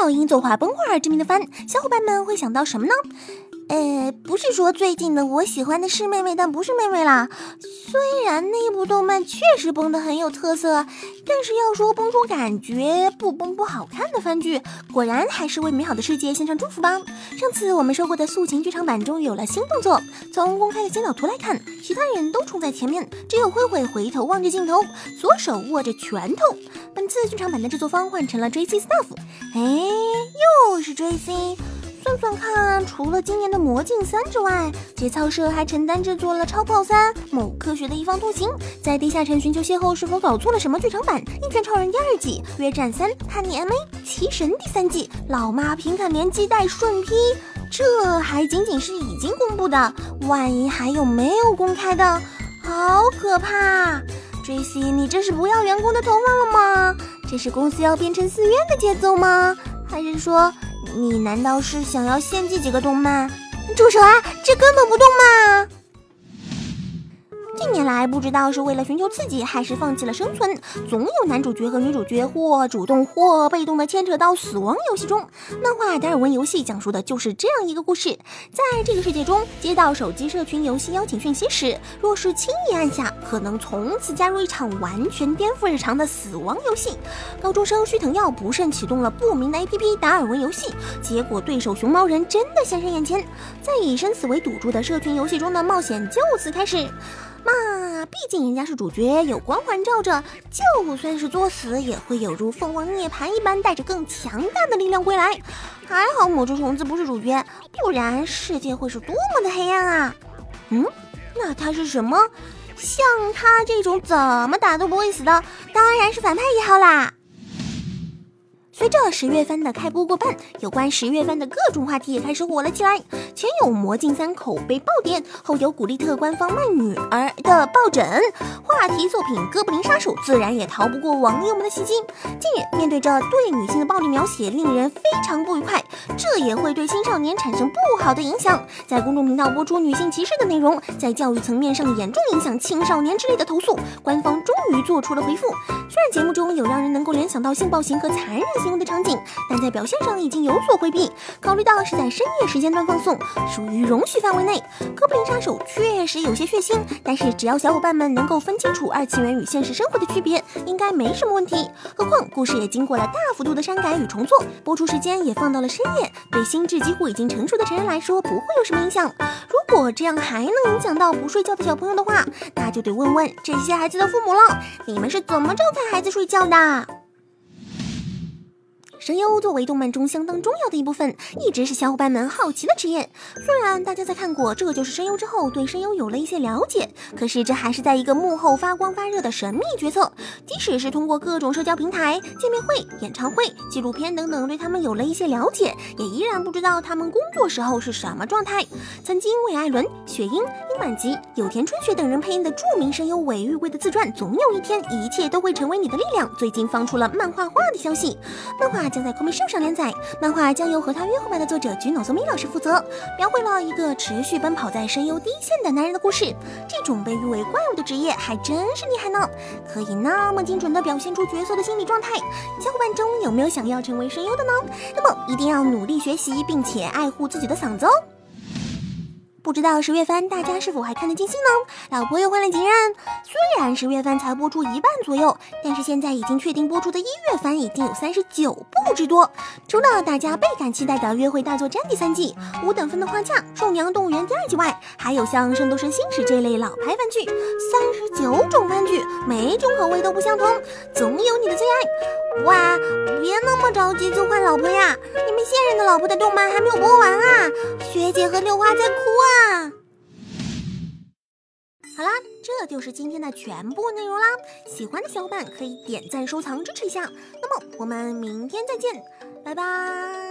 到因作画崩坏而知名的番，小伙伴们会想到什么呢？不是说最近的我喜欢的是妹妹，但不是妹妹啦。虽然那部动漫确实崩得很有特色，但是要说崩出感觉不崩不好看的番剧，果然还是为美好的世界献上祝福吧。上次我们说过的素琴剧场版终于有了新动作，从公开的先导图来看，其他人都冲在前面，只有慧慧回头望着镜头，左手握着拳头。本次剧场版的制作方换成了 JC Staff， 又是 JC。算算看，除了今年的《魔镜3》之外，节操社还承担制作了《超炮3》、某科学的一方图形，在地下城寻求邂逅是否搞错了什么剧场版、一拳超人第2季、约战3、叛逆 MA、奇神第3季、老妈平砍连击带顺劈，这还仅仅是已经公布的，万一还有没有公开的，好可怕！JC， 你这是不要员工的头发了吗？这是公司要变成寺院的节奏吗？还是说你难道是想要献祭几个动漫？住手啊，这根本不动漫！近年来，不知道是为了寻求刺激，还是放弃了生存，总有男主角和女主角或主动或被动的牵扯到死亡游戏中。漫画《达尔文游戏》讲述的就是这样一个故事。在这个世界中，接到手机社群游戏邀请讯息时，若是轻易按下，可能从此加入一场完全颠覆日常的死亡游戏。高中生须藤耀不慎启动了不明的 APP 达尔文游戏，结果对手熊猫人真的现身眼前，在以生死为赌注的社群游戏中的冒险就此开始。嘛，毕竟人家是主角，有光环罩着，就算是作死，也会有如凤凰涅槃一般，带着更强大的力量归来。还好魔珠虫子不是主角，不然世界会是多么的黑暗啊！那他是什么？像他这种怎么打都不会死的，当然是反派1号啦。随着10月番的开播过半，有关10月番的各种话题也开始火了起来。前有魔镜3口碑爆点，后有古力特官方卖女儿的抱枕，话题作品哥布林杀手自然也逃不过网友们的袭击。近日，面对着对女性的暴力描写令人非常不愉快，这也会对青少年产生不好的影响。在公众频道播出女性歧视的内容，在教育层面上严重影响青少年之类的投诉，官方终于做出了回复。虽然节目中有让人能够联想到性暴行和残忍行为的场景，但在表现上已经有所回避。考虑到是在深夜时间段放送，属于容许范围内。哥布林杀手确实有些血腥，但是只要小伙伴们能够分清楚2次元与现实生活的区别，应该没什么问题。何况故事也经过了大幅度的删改与重做，播出时间也放到了深夜，对心智几乎已经成熟的成人来说不会有什么影响。如果这样还能影响到不睡觉的小朋友的话，那就得问问这些孩子的父母了，你们是怎么招待孩子睡觉的？声优作为动漫中相当重要的一部分，一直是小伙伴们好奇的职业。虽然大家在看过《这就是声优》之后对声优有了一些了解，可是这还是在一个幕后发光发热的神秘角色。即使是通过各种社交平台、见面会、演唱会、纪录片等等对他们有了一些了解，也依然不知道他们工作时候是什么状态。曾经为艾伦、雪樱、樱满吉、有田春雪等人配音的著名声优尾玉贵的自传《总有一天，一切都会成为你的力量》最近放出了漫画化的消息，漫画将在 Comic Show 上连载，漫画将由和他约会吧的作者菊野宗美老师负责，描绘了一个持续奔跑在声优第一线的男人的故事。这种被誉为怪物的职业还真是厉害呢，可以那么精准地表现出角色的心理状态。小伙伴中有没有想要成为声优的呢？那么一定要努力学习，并且爱护自己的嗓子哦。不知道10月番大家是否还看得尽兴呢？老婆又换了几任？虽然10月番才播出1半左右，但是现在已经确定播出的1月番已经有39部之多。除了大家倍感期待的《约会大作战》第3季、5等分的花嫁、兽娘动物园第2季外，还有像《圣斗士星矢》这类老牌番剧，39种番剧，每一种口味都不相同，总有你的最爱。哇，别那么着急就换老婆呀！你们现任的老婆的动漫还没有播完啊！学姐和六花在哭啊！好啦，这就是今天的全部内容啦。喜欢的小伙伴可以点赞、收藏、支持一下。那么我们明天再见，拜拜。